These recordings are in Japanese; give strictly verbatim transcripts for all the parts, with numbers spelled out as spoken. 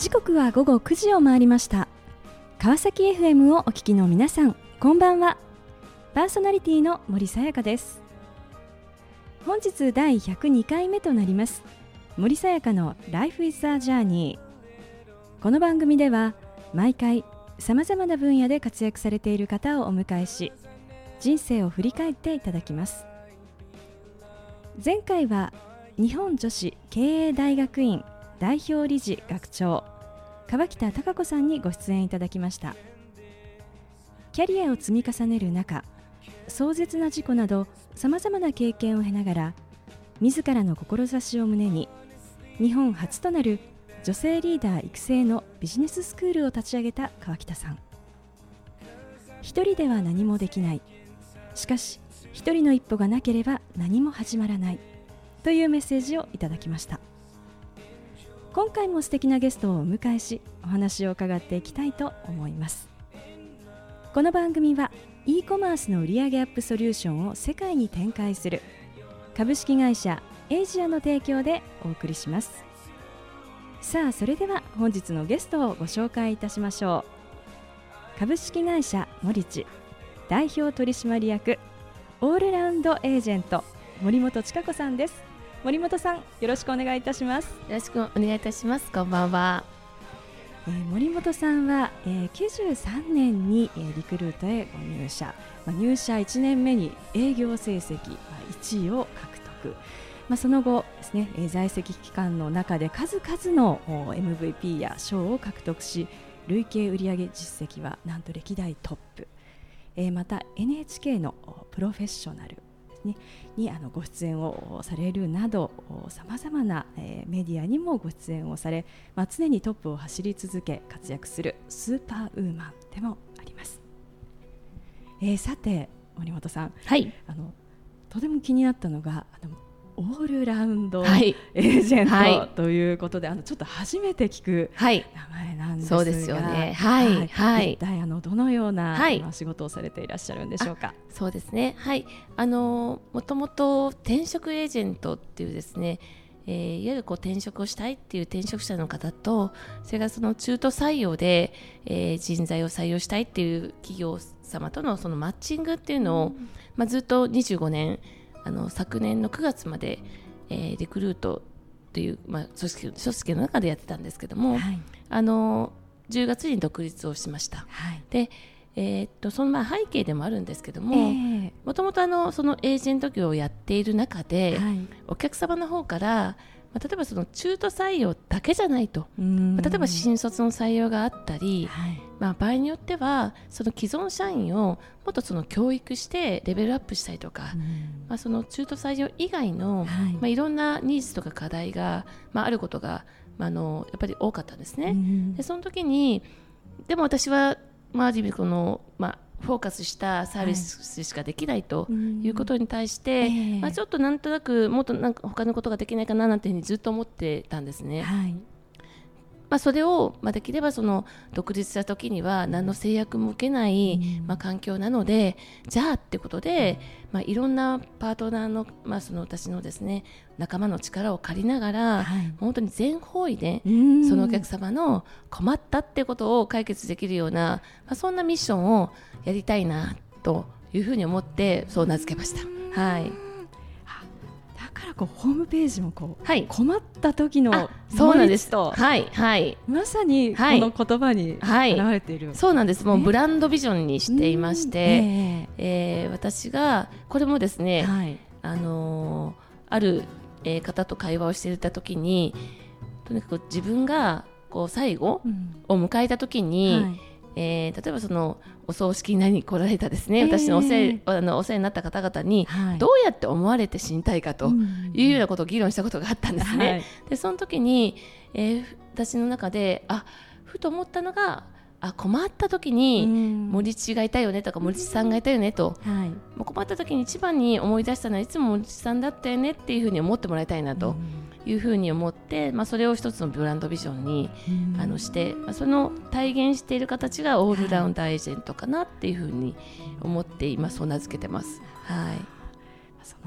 時刻は午後くじを回りました。川崎 エフエム をお聞きの皆さん、こんばんは。パーソナリティの森さやかです。本日だいひゃくにかいめとなります森さやかの Life is a Journey。 この番組では毎回さまざまな分野で活躍されている方をお迎えし、人生を振り返っていただきます。前回は日本女子経営大学院代表理事学長川北貴子さんにご出演いただきました。キャリアを積み重ねる中、壮絶な事故などさまざまな経験を経ながら、自らの志を胸に日本初となる女性リーダー育成のビジネススクールを立ち上げた川北さん。一人では何もできない、しかし一人の一歩がなければ何も始まらないというメッセージをいただきました。今回も素敵なゲストをお迎えし、お話を伺っていきたいと思います。この番組は e コマースの売上アップソリューションを世界に展開する株式会社エイジアの提供でお送りします。さあ、それでは本日のゲストをご紹介いたしましょう。株式会社モリチ代表取締役オールラウンドエージェント森本千佳子さんです。森本さん、よろしくお願いいたします。 よろしくお願いいたします。こんばんは。 えー、森本さんは、えー、きゅうじゅうさんねんに、えー、リクルートへご入社、まあ、入社いちねんめに営業成績、まあ、いちいを獲得、まあ、その後ですね、えー、在籍期間の中で数々の エムブイピー や賞を獲得し、累計売上実績はなんと歴代トップ、えー、また エヌエイチケー のプロフェッショナルに, にあのご出演をされるなど、さまざまな、えー、メディアにもご出演をされ、まあ、常にトップを走り続け活躍するスーパーウーマンでもあります。えー、さて森本さん、 はい、 あのとても気になったのがあのオールラウンドエージェント、はい、ということで、あのちょっと初めて聞く名前なんですが、 そうですよね、はいはいはい、一体あのどのような、はい、仕事をされていらっしゃるんでしょうか。 そうですね、はい、あのもともと転職エージェントっていうですね、えー、いわゆるこう転職をしたいっていう転職者の方と、それからその中途採用で、えー、人材を採用したいっていう企業様とのそのマッチングっていうのを、うんまあ、ずっとにじゅうごねん、あの昨年のくがつまで、えー、リクルートという、まあ、組織、組織の中でやってたんですけども、はい、あのじゅうがつに独立をしました、はい、で、えー、っとそのまあ背景でもあるんですけども、もともとそのエージェント業をやっている中で、はい、お客様の方からまあ、例えばその中途採用だけじゃないと、まあ、例えば新卒の採用があったり、はいまあ、場合によってはその既存社員をもっとその教育してレベルアップしたりとか、まあ、その中途採用以外の、はいまあ、いろんなニーズとか課題が、まあ、あることが、まあ、あのやっぱり多かったんですね。でその時にでも私は、まあ、ある意味この、まあフォーカスしたサービスしかできないということに対して、はいうんまあ、ちょっとなんとなくもっとなんか他のことができないかななんていうふうにずっと思ってたんですね、はいまあ、それを、まあ、できればその独立した時には何の制約も受けない、うんまあ、環境なので、じゃあってことで、まあ、いろんなパートナーの、まあ、その私のですね仲間の力を借りながら、はい、本当に全方位でそのお客様の困ったってことを解決できるような、まあ、そんなミッションをやりたいなというふうに思ってそう名付けました。はい、 だからこうホームページもこう、 はい、 困った時のそうなんですと、 はいはい、 まさにこの言葉に表れている、はい、 そうなんです。もうブランドビジョンにしていまして、えーえー、私がこれもですね、はいあのー、ある、えー、方と会話をしていた時に、とにかく自分がこう最後を迎えた時に、うんはいえー、例えばそのお葬式に何来られたですね、えー、私のお世あのお世話になった方々にどうやって思われて死にたいかというようなことを議論したことがあったんですね、はい、でその時に、えー、私の中であふと思ったのがあ困った時に森地がいたよねとか森地さんがいたよねと、はい、もう困った時に一番に思い出したのはいつも森地さんだったよねっていうふうに思ってもらいたいなというふうに思って、まあ、それを一つのブランドビジョンにあのして、まあ、その体現している形がオールラウンダーエージェントかなっていうふうに思って今そう名付けてます。はい、 その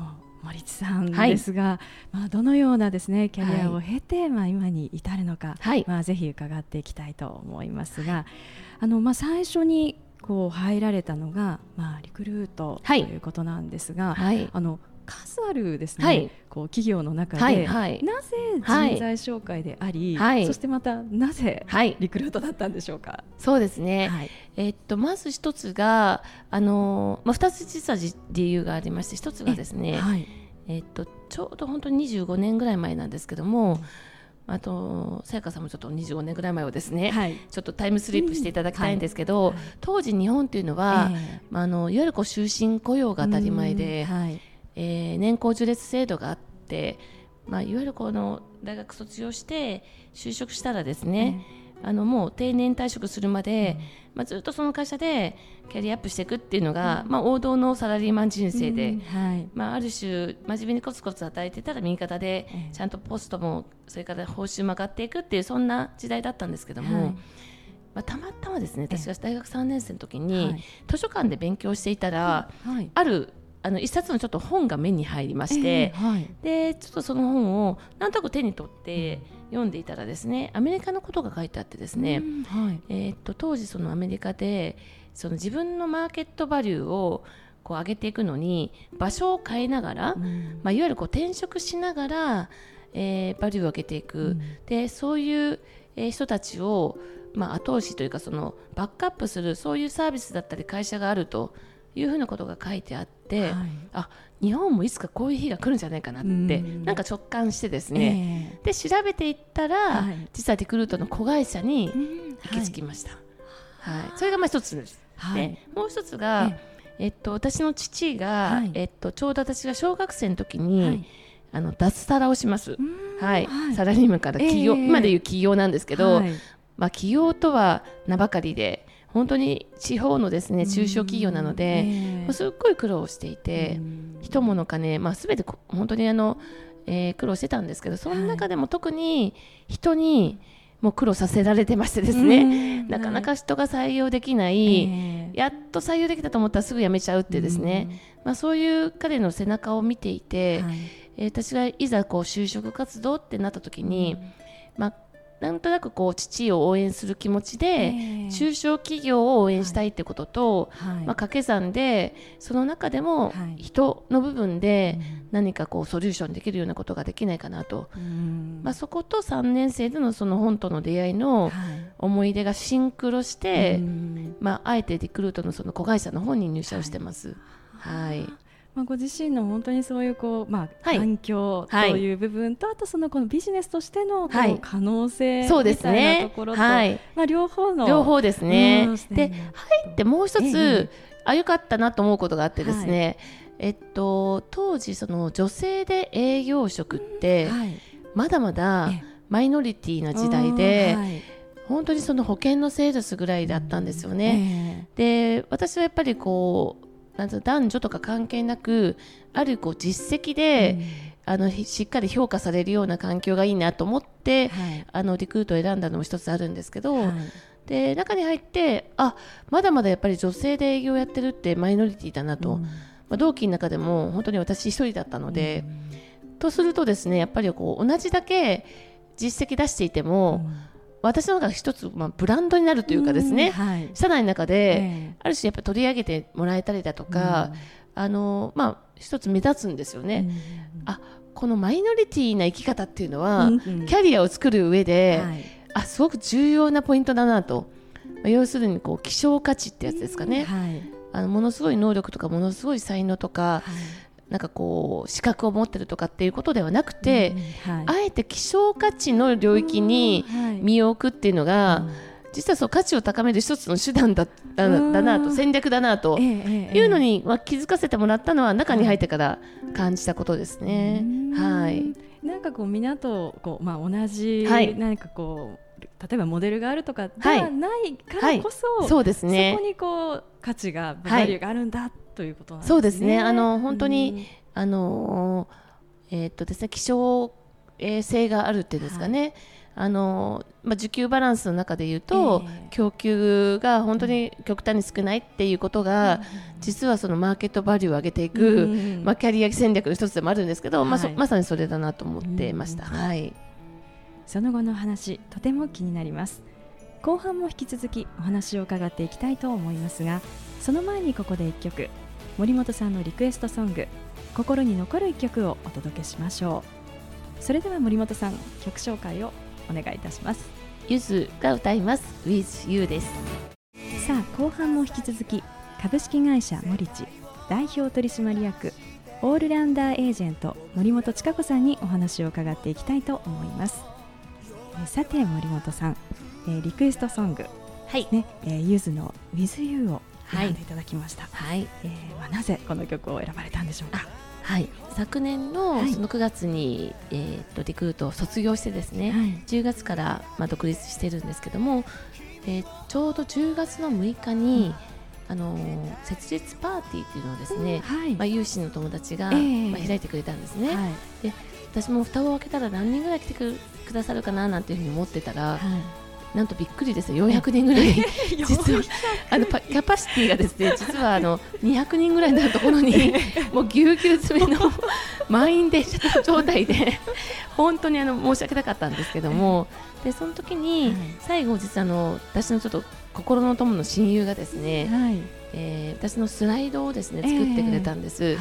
森地さんですが、はい、まあ、どのようなですねキャリアを経て、はい、まあ、今に至るのか、はい、まあ、ぜひ伺っていきたいと思いますが、あのまあ、最初にこう入られたのが、まあ、リクルートということなんですが、はい、あの数あるですね、はい、こう企業の中で、はいはい、なぜ人材紹介であり、はい、そしてまたなぜリクルートだったんでしょうか。はい、 そうですね、はい、えー、っとまず一つがあの、まあ、二つ実は理由がありまして、一つがですね、え、はい、えー、っとちょうど本当ににじゅうごねんぐらい前なんですけども、あとさやかさんもちょっとにじゅうごねんぐらい前をですね、はい、ちょっとタイムスリップしていただきたいんですけど、うん、はい、当時日本というのは、えーまあ、あのいわゆるこう終身雇用が当たり前で、はい、えー、年功序列制度があって、まあ、いわゆるこの大学卒業して就職したらですね、えー、あのもう定年退職するまで、うん、まあ、ずっとその会社でキャリアアップしていくっていうのが、うん、まあ、王道のサラリーマン人生で、うん、はい、まあ、ある種真面目にコツコツ働いてたら右肩でちゃんとポストもそれから報酬も上がっていくっていうそんな時代だったんですけども、はい、まあ、たまたまですね、私が大学さんねん生の時に、はい、図書館で勉強していたら、はい、あるあの一冊のちょっと本が目に入りまして、えーはい、でちょっとその本をなんとなく手に取って読んでいたらですね、アメリカのことが書いてあってですね、うん、はい、えー、っと当時そのアメリカでその自分のマーケットバリューをこう上げていくのに場所を変えながら、うん、まあ、いわゆるこう転職しながら、えー、バリューを上げていく、うん、でそういう、えー、人たちを、まあ、後押しというかそのバックアップするそういうサービスだったり会社があるというふうなことが書いてあって、はい、あ、日本もいつかこういう日が来るんじゃないかなってなんか直感してですね、えー、で調べていったら、はい、実はリクルートの子会社に行き着きました。はいはい、それがまあ一つです。はい、でもう一つが、えーえっと、私の父が、はい、えっと、ちょうど私が小学生の時に、はい、あの脱サラをします。はい、はい、サラリーマンから企業、えー、今でいう企業なんですけど、はい、まあ、企業とは名ばかりで本当に地方のですね中小企業なので、えーまあ、すっごい苦労していて、人もの金、まあ、全て本当にあの、えー、苦労してたんですけど、その中でも特に人にもう苦労させられてましてですね、なかなか人が採用できない、えー、やっと採用できたと思ったらすぐ辞めちゃうってですね、まあ、そういう彼の背中を見ていて、はい、えー、私がいざこう就職活動ってなった時に、まあなんとなくこう父を応援する気持ちで、えー、中小企業を応援したいってことと、はい、まあ、掛け算でその中でも人の部分で何かこうソリューションできるようなことができないかなと、うん、まあ、そことさんねん生でのその本との出会いの思い出がシンクロして、はい、まあ、あえてリクルートのその子会社の方に入社をしてます。はい、はい、 まあ、ご自身の本当にそういうこう、まあ、環境という部分と、はい、あとそのこのビジネスとしてのこの可能性みたいなところと、はい、まあ、両方の両方ですね。で入ってもう一つ、ええ、あよかったなと思うことがあってですね、はい、えっと、当時その女性で営業職って、はい、まだまだマイノリティな時代で、はい、本当にその保険のセールスぐらいだったんですよね。ええ、で私はやっぱりこう男女とか関係なくあるこう実績で、うん、あのしっかり評価されるような環境がいいなと思って、はい、あのリクルートを選んだのも一つあるんですけど、はい、で中に入ってあまだまだやっぱり女性で営業やってるってマイノリティだなと、うん、まあ、同期の中でも本当に私一人だったので、うん、とするとですねやっぱりこう同じだけ実績出していても、うん、私の方が一つ、まあ、ブランドになるというかですね、はい、社内の中で、えー、ある種やっぱ取り上げてもらえたりだとか、うん、あのまあ、一つ目立つんですよね、うん、あこのマイノリティな生き方っていうのは、うんうん、キャリアを作る上で、はい、あすごく重要なポイントだなと、まあ、要するにこう希少価値ってやつですかね、はい、あのものすごい能力とかものすごい才能とか、はい、なんかこう資格を持ってるとかっていうことではなくて、うんはい、あえて希少価値の領域に身を置くっていうのが、うん、実はそう価値を高める一つの手段だ、だなと、戦略だなというのに、まあ、気づかせてもらったのは中に入ってから感じたことですね。はい、 なんかこうみんなとこう、まあ、同じ何かこう、例えばモデルがあるとかではないからこそ、はいはい、そうですね、そこにこう価値がバリューがあるんだ、はい、ということなんですね。 そうですね、あの本当に、あのえーっとですね、希少衛生があるっていうんですかね、はい、あのまあ、需給バランスの中でいうと、えー、供給が本当に極端に少ないっていうことが、うん、実はそのマーケットバリューを上げていく、うんまあ、キャリア戦略の一つでもあるんですけど、はいまあ、そまさにそれだなと思ってました、うんはい、 その後の話とても気になります。後半も引き続きお話を伺っていきたいと思いますが、その前にここでいっきょく、森本さんのリクエストソング、心に残るいっきょくをお届けしましょう。それでは森本さん、曲紹介をお願いいたします。 ゆずが歌います With You です。 さあ後半も引き続き、株式会社モリチ代表取締役オールラウンダーエージェント森本千佳子さんにお話を伺っていきたいと思います。えさて森本さん、えー、リクエストソング、 はいねえー、ゆずの With You を選んでいただきました、 はいえーまあ、なぜこの曲を選ばれたんでしょうか。 はい、昨年 の, そのくがつに、はいえー、とリクルートを卒業してですね、はい、じゅうがつから、まあ、独立してるんですけども、えー、ちょうどじゅうがつのむいかに、うん、あのー、設立パーティーっていうのをですね、うんはいまあ、有志の友達が、えーまあ、開いてくれたんですね、はい、で私も蓋を開けたら何人ぐらい来て く, くださるかななんていうふうに思ってたら、はいなんとびっくりですよ、よんひゃくにんぐらい実はあのキャパシティがですね実はあのにひゃくにんぐらいになるところにもうぎゅうぎゅう詰めの満員電車状態で本当にあの申し訳なかったんですけども、でその時に最後実はあの私のちょっと心の友の親友がですね、はいえー、私のスライドをですね作ってくれたんです、えーはい、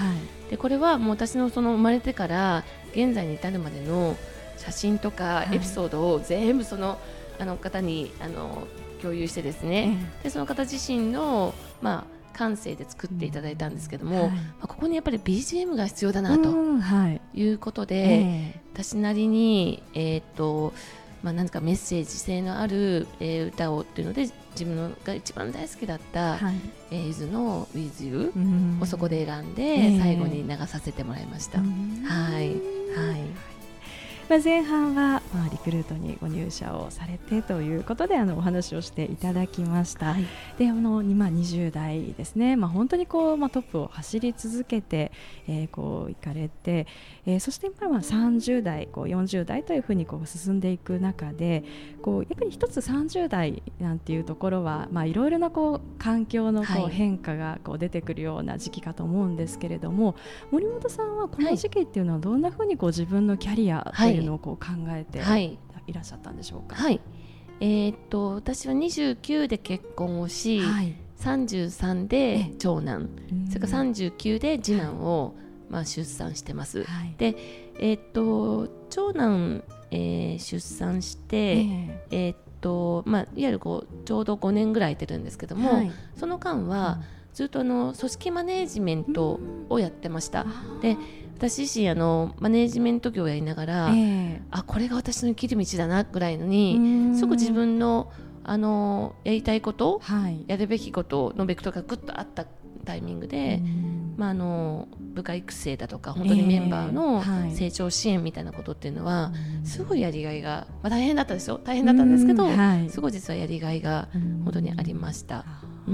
でこれはもう私のその生まれてから現在に至るまでの写真とかエピソードを全部そのあの方にあの共有してですね、ええ、でその方自身の、まあ、感性で作っていただいたんですけども、うんはいまあ、ここにやっぱり ビージーエム が必要だなということで、え、私なりに、えーとまあ、何かメッセージ性のある、えー、歌をっていうので自分が一番大好きだった、はいえー、ゆずの With You をそこで選んで、え、最後に流させてもらいました、はいはいまあ、前半は、まあ、リクルートにご入社をされてということであのお話をしていただきました、はい、であの、まあ、にじゅう代ですね、まあ、本当にこう、まあ、トップを走り続けて、えー、こう行かれて、えー、そして今はさんじゅう代こうよんじゅう代というふうにこう進んでいく中でこうやっぱり一つさんじゅう代なんていうところは、まあ、いろいろなこう環境のこう、はい、変化がこう出てくるような時期かと思うんですけれども、森本さんはこの時期っていうのはどんなふうにこう自分のキャリアというのをこう考えていらっしゃったんでしょうか。 はいはいえー、っと私はにじゅうきゅうで結婚をし、はい、さんじゅうさんで長男、それからさんじゅうきゅうで次男を、まあ、出産してます、はい、で、えー、っと長男、えー、出産して、えーえーっとまあ、いわゆるこうちょうどごねんぐらい空いてるんですけども、はい、その間は、うんずっとあの組織マネージメントをやってました、うん、で私自身あのマネージメント業をやりながら、えー、あこれが私の生きる道だなぐらいのにすぐ自分の、あのやりたいこと、はい、やるべきことのベクトルがぐっとあったタイミングで、まあ、あの部下育成だとか本当にメンバーの成長支援みたいなことっていうのは、えー、すごいやりがいが、まあ、大変だったですよ大変だったんですけど、はい、すごい実はやりがいが本当にありました、うん、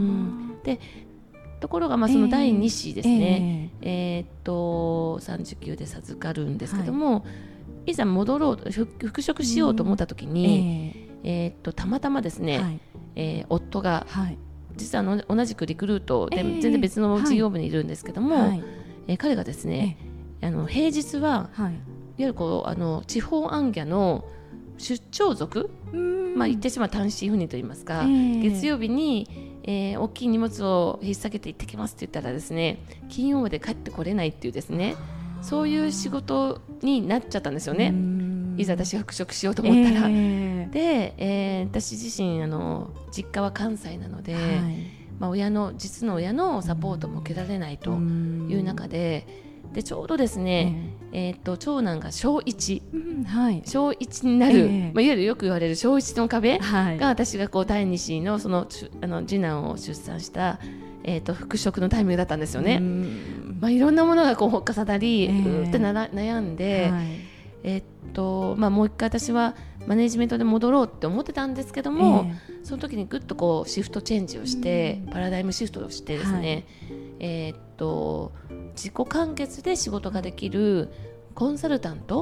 でところがまあそのだいに子ですね、えーえー、っとさんじゅうきゅうで授かるんですけども、はい、いざ戻ろうと復職しようと思った時に、えーえー、っとたまたまですね、はいえー、夫が、はい、実はの同じくリクルートで、えー、全然別の事業部にいるんですけども、はいえー、彼がですね、えー、あの平日は、はい、いわゆるこうあの地方行脚の出張族、まあ、言ってしまう単身赴任といいますか、えー、月曜日にえー、大きい荷物を引っ提げて行ってきますって言ったらですね金曜まで帰ってこれないっていうですねそういう仕事になっちゃったんですよねいざ私が復職しようと思ったら、えー、で、えー、私自身あの実家は関西なので、はいまあ、親の実の親のサポートも受けられないという中ででちょうどですね、えー、えーと長男がしょういち、うんはい、しょういちになる、えーまあ、いわゆるよく言われるしょういちの壁が、はい、私がこうだいに子 の, そのあの次男を出産した、えー、と復職のタイミングだったんですよね。うんまあ、いろんなものがこう重なり、えー、うってなら悩んで、はいえーとまあ、もう一回私はマネジメントで戻ろうって思ってたんですけども、えー、その時にぐっとこうシフトチェンジをしてパラダイムシフトをしてですね、はいえー、と自己完結で仕事ができるコンサルタント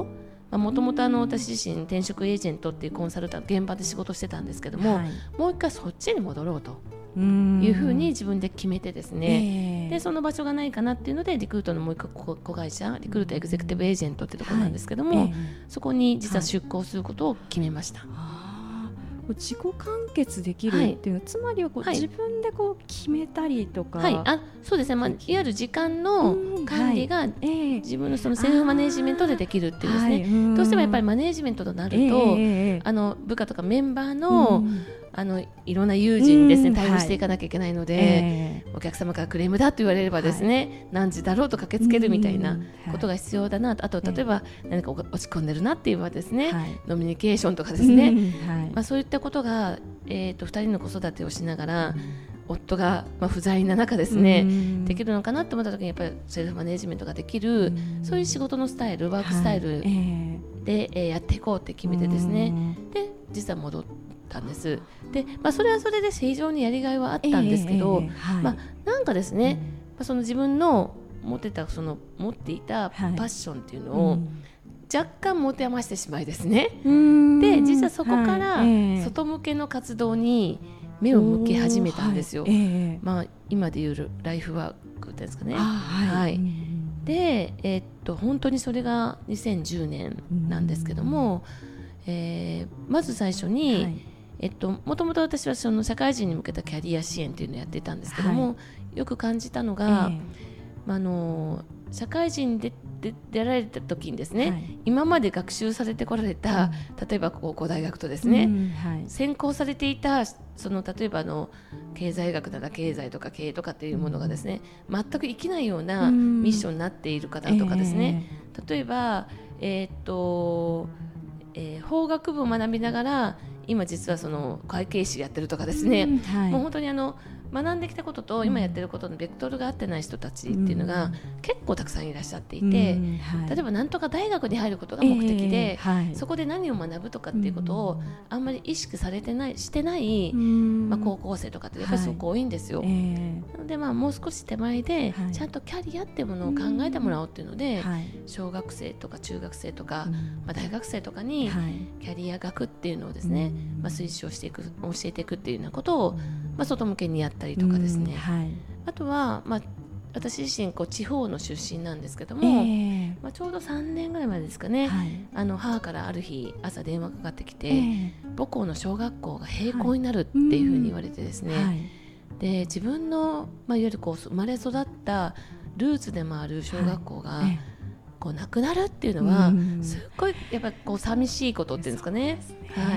もともと私自身転職エージェントっていうコンサルタント現場で仕事してたんですけども、はい、もう一回そっちに戻ろうというふうに自分で決めてですね、えー、でその場所がないかなっていうのでリクルートのもう一個子会社リクルートエグゼクティブエージェントってところなんですけども、はいえー、そこに実は出向することを決めました、はい自己完結できるっていうのは、はい、つまりはこう、はい、自分でこう決めたりとか、 はい、あそうですね、まあ、いわゆる時間の管理が、はいえー、自分のそのセルフマネジメントでできるっていうですね、はい、どうしてもやっぱりマネジメントとなると、えー、あの部下とかメンバーの、あのいろんな友人にですね、対応していかなきゃいけないので、はいえー、お客様からクレームだと言われればですね、はい、何時だろうと駆けつけるみたいなことが必要だなと、あと例えば何か落ち込んでるなって言えばですね、はい、ノミニケーションとかですね、はいまあ、そういったことが、えー、とふたりの子育てをしながら、うん、夫が、まあ、不在な中ですね、うん、できるのかなと思った時にやっぱりセルフマネジメントができる、うん、そういう仕事のスタイルワークスタイルで、はいえーえー、やっていこうって決めてですね、で実は戻ったんですで、まあ、それはそれで非常にやりがいはあったんですけど、えーえーはいまあ、なんかですね、うんまあ、その自分の持ってたその持っていたパッションっていうのを、はいうん若干持て余してしまいですね。で実はそこから外向けの活動に目を向け始めたんですよ、はいえーまあ、今でいうライフワークっていうんですかね、はいはい、で、えー、っと本当にそれがにせんじゅうねんなんですけども、えー、まず最初に、はいえっと、もともと私はその社会人に向けたキャリア支援っていうのをやってたんですけども、はい、よく感じたのが、えーまあ、あの社会人でで出られた時にですね、はい、今まで学習されてこられた、うん、例えば高校大学とですね、うんはい、専攻されていたその例えばの経済学なら経済とか経営とかっていうものがですね、うん、全く生きないようなミッションになっている方とかですね、えー、例えば、えーっとえー、法学部を学びながら今実はその会計士やってるとかですね、うんはい、もう本当にあの学んできたことと今やってることのベクトルが合ってない人たちっていうのが結構たくさんいらっしゃっていて、うんはい、例えばなんとか大学に入ることが目的で、えーはい、そこで何を学ぶとかっていうことをあんまり意識されてないしてない、まあ、高校生とかってやっぱりすごく多いんですよ、はいえー、なのでまあもう少し手前でちゃんとキャリアっていうものを考えてもらおうっていうので、はい、小学生とか中学生とか、まあ、大学生とかにキャリア学っていうのをですね、まあ、推奨していく教えていくっていうようなことを、まあ、外向けにやってたりとかですね、はい、あとは、まあ、私自身こう地方の出身なんですけども、えーまあ、ちょうどさんねんぐらい前ですかね、はい、あの母からある日朝電話がかかってきて、えー、母校の小学校が閉校になるっていうふうに言われてですね、はい、で自分の、まあ、いわゆるこう生まれ育ったルーツでもある小学校が、はいえーこうなくなるっていうのはすっごいやっぱこう寂しいことっていうんですかね、はい、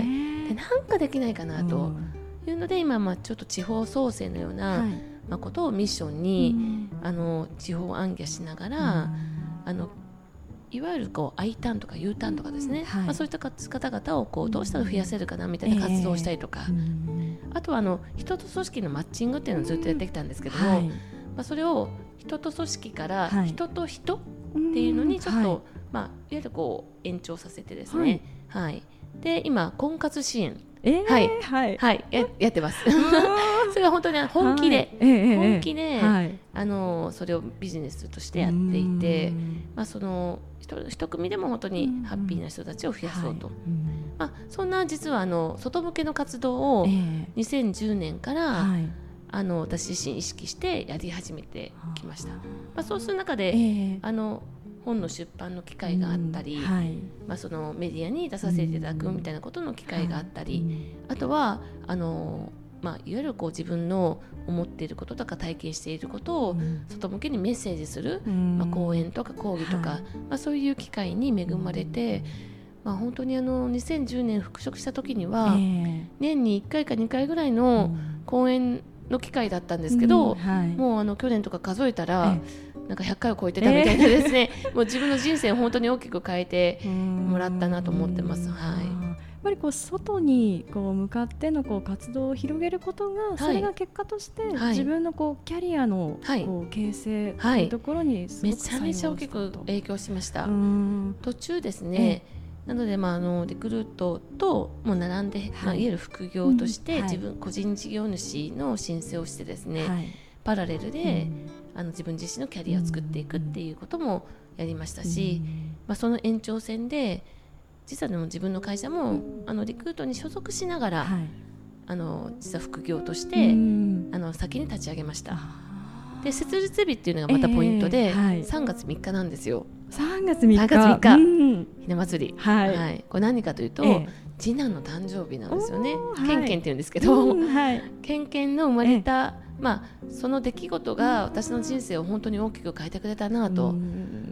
でなんかできないかなというので今まあちょっと地方創生のような、はいまあ、ことをミッションにあの地方行脚しながらあのいわゆるこう I ターンとか U ターンとかですね、はいまあ、そういった方々をこうどうしたら増やせるかなみたいな活動をしたりとか、えー、あとはあの人と組織のマッチングっていうのをずっとやってきたんですけども、はいまあ、それを人と組織から人と人っていうのにちょっと、はいまあ、いわゆるこう延長させてですね、はいはい、で今婚活支援えー、はい、はいはい、や, やってますそれは本当に本気で、はいえー、本気で、はい、あのそれをビジネスとしてやっていて、まあ、その一, 一組でも本当にハッピーな人たちを増やそうと、はいまあ、そんな実はあの外向けの活動をにせんじゅうねんから、えーはい、あの私自身意識してやり始めてきました、まあ、そうする中で、えー、あの本の出版の機会があったり、うんはいまあ、そのメディアに出させていただくみたいなことの機会があったり、うんはい、あとはあの、まあ、いわゆるこう自分の思っていることとか体験していることを外向けにメッセージする、うんまあ、講演とか講義とか、はいまあ、そういう機会に恵まれて、まあ、本当にあのにせんじゅうねん復職した時には、えー、年にいっかいかにかいぐらいの講演の機会だったんですけど、うんはい、もうあの去年とか数えたら、えーなんかひゃっかいを超えてたみたいなですね、えー、もう自分の人生を本当に大きく変えてもらったなと思ってます。はい、 やっぱりこう外にこう向かってのこう活動を広げることが、はい、それが結果として自分のこうキャリアのこう形成というところにすごく作用したと、 めちゃめちゃ大きく影響しました。途中ですね、えーなので、まあ、あのリクルートとも並んで、はいまあ、いわゆる副業として自分、うんはい、個人事業主の申請をしてですね、はい、パラレルで、うん、あの自分自身のキャリアを作っていくっていうこともやりましたし、うんまあ、その延長線で実はでも自分の会社も、うん、あのリクルートに所属しながら、はい、あの実は副業として、うん、あの先に立ち上げました。で設立日っていうのがまたポイントで、えーはい、さんがつみっかなんですよ。 さんがつみっか、 さんがつみっか、 うん、 ひな祭り、 はいはい、これ何かというと、えー、次男の誕生日なんですよね。ケンケンっていうんですけはど、 うんはい、 ケンケンの生まれた、えーまあ、その出来事が私の人生を本当に大きく変えてくれたなと、うん、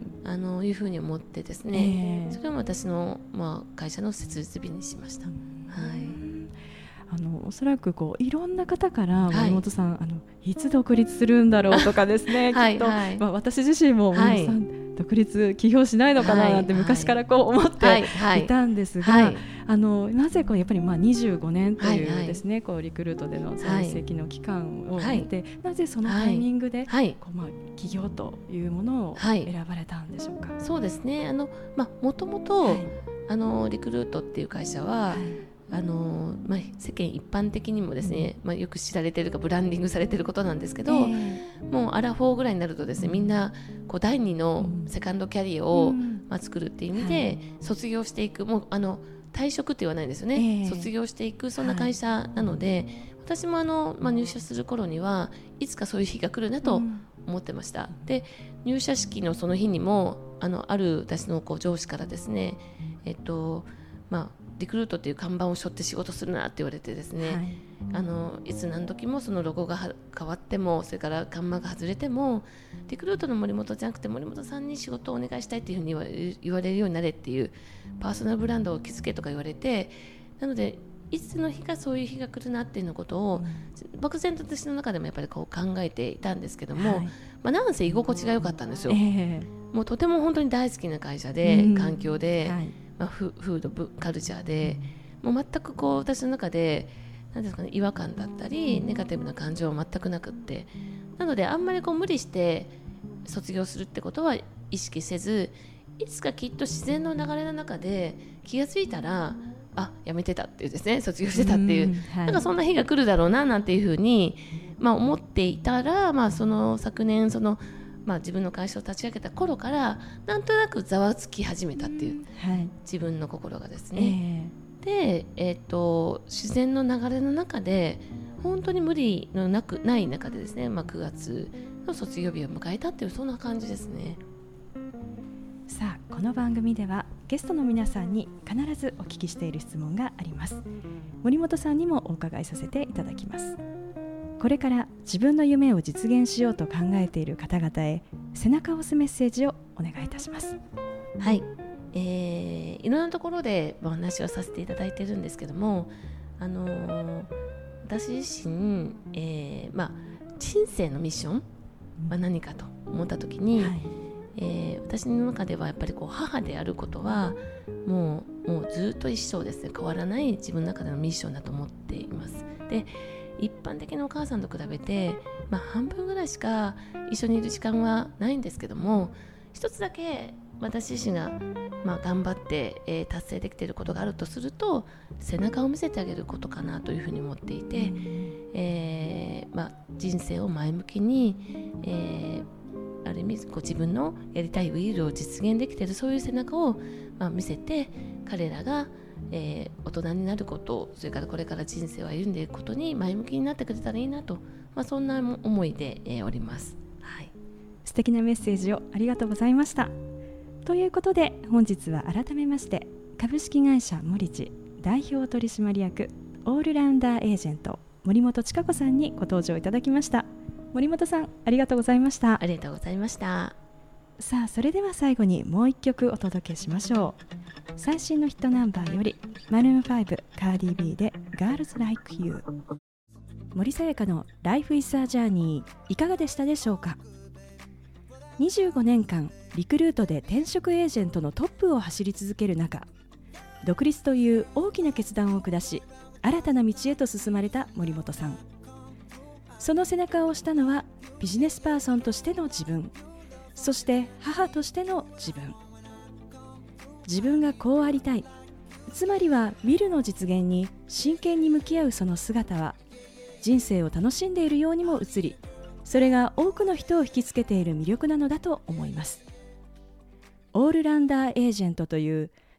あのいうふうに思ってですね、えー、それも私の、まあ、会社の設立日にしました。うんはい、 あのおそらくこういろんな方から森本さん、はい、あのいつ独立するんだろうとかですねきっと、はいまあ、私自身も森本さん、はい、独立起業しないのかななんて昔からこう思っていたんですが、はいはいはい、あのなぜこうやっぱりまあにじゅうごねんというですね、はいはい、こうリクルートでの在籍の期間を経て、はい、なぜそのタイミングで、はいこうまあ、起業というものを選ばれたんでしょうか。 はい、そうですね、あの、まあ、もともと、はい、あのリクルートっていう会社は、はいあのまあ、世間一般的にもですね、うんまあ、よく知られているかブランディングされていることなんですけど、えー、もうアラフォーぐらいになるとですね、みんなこうだいにのセカンドキャリアを、うんまあ、作るっていう意味で、はい、卒業していくもうあの退職って言わないんですよね、えー、卒業していくそんな会社なので、はい、私もあの、まあ、入社する頃にはいつかそういう日が来るなと思ってました、うん、で入社式のその日にもあのある私のこう上司からですね、えっとまあリクルートっていう看板を背負って仕事するなって言われてですね、はい、あのいつ何時もそのロゴが変わってもそれから看板が外れてもリクルートの森本じゃなくて森本さんに仕事をお願いしたいっていうふうに言われ、言われるようになれっていうパーソナルブランドを築けとか言われて、なのでいつの日がそういう日が来るなっていうのことを、うん、漠然と私の中でもやっぱりこう考えていたんですけども、はいまあ、なんせ居心地が良かったんですよ、えー、もうとても本当に大好きな会社で、うん、環境で、はいまあ、フ, フードカルチャーでもう全くこう私の中で何ですかね、違和感だったりネガティブな感情は全くなくって、なのであんまりこう無理して卒業するってことは意識せず、いつかきっと自然の流れの中で気がついたらあやめてたっていうですね、卒業してたっていう、うんはい、なんかそんな日が来るだろうななんていうふうに、まあ、思っていたら、まあ、その昨年そのまあ、自分の会社を立ち上げた頃からなんとなくざわつき始めたっていう、はい、自分の心がですね、えー、で、えー、と自然の流れの中で本当に無理のなくない中でですね、まあ、くがつの卒業日を迎えたっていうそんな感じですね。 さあこの番組ではゲストの皆さんに必ずお聞きしている質問があります。森本さんにもお伺いさせていただきます。これから自分の夢を実現しようと考えている方々へ背中を押すメッセージをお願いいたします。 はい、えー、いろんなところでお話をさせていただいているんですけども、あのー、私自身、えーまあ、人生のミッションは何かと思った時に、はいえー、私の中ではやっぱりこう母であることはもう、もうずっと一生ですね、変わらない自分の中でのミッションだと思っています。で一般的なお母さんと比べて、まあ、半分ぐらいしか一緒にいる時間はないんですけども、一つだけ私自身が、まあ、頑張って、えー、達成できていることがあるとすると背中を見せてあげることかなというふうに思っていて、えーまあ、人生を前向きに、えー、ある意味こう自分のやりたいウィールを実現できているそういう背中を、まあ、見せて彼らがえー、大人になること、それからこれから人生を歩んでいくことに前向きになってくれたらいいなと、まあ、そんな思いで、えー、おります、はい、 素敵なメッセージをありがとうございました。ということで本日は改めまして株式会社モリチ代表取締役オールラウンダーエージェント森本千佳子さんにご登場いただきました。森本さんありがとうございました。 ありがとうございました。 さあそれでは最後にもう一曲お届けしましょう。最新のヒットナンバーよりマルーンファイブカーディービーで Girls Like You。 森さやかの Life is a Journey いかがでしたでしょうか。にじゅうごねんかんリクルートで転職エージェントのトップを走り続ける中、独立という大きな決断を下し新たな道へと進まれた森本さん。その背中を押したのはビジネスパーソンとしての自分、そして母としての自分。自分がこうありたい、つまりはウィルの実現に真剣に向き合うその姿は人生を楽しんでいるようにも映り、それが多くの人を引きつけている魅力なのだと思います。オールラウンダーエージェントという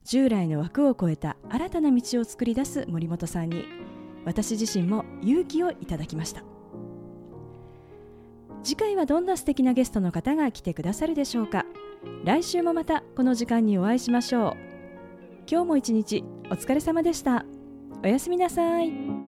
従来の枠を超えた新たな道を作り出す森本さんに、私自身も勇気をいただきました。次回はどんな素敵なゲストの方が来てくださるでしょうか。来週もまたこの時間にお会いしましょう。今日も一日お疲れ様でした。おやすみなさい。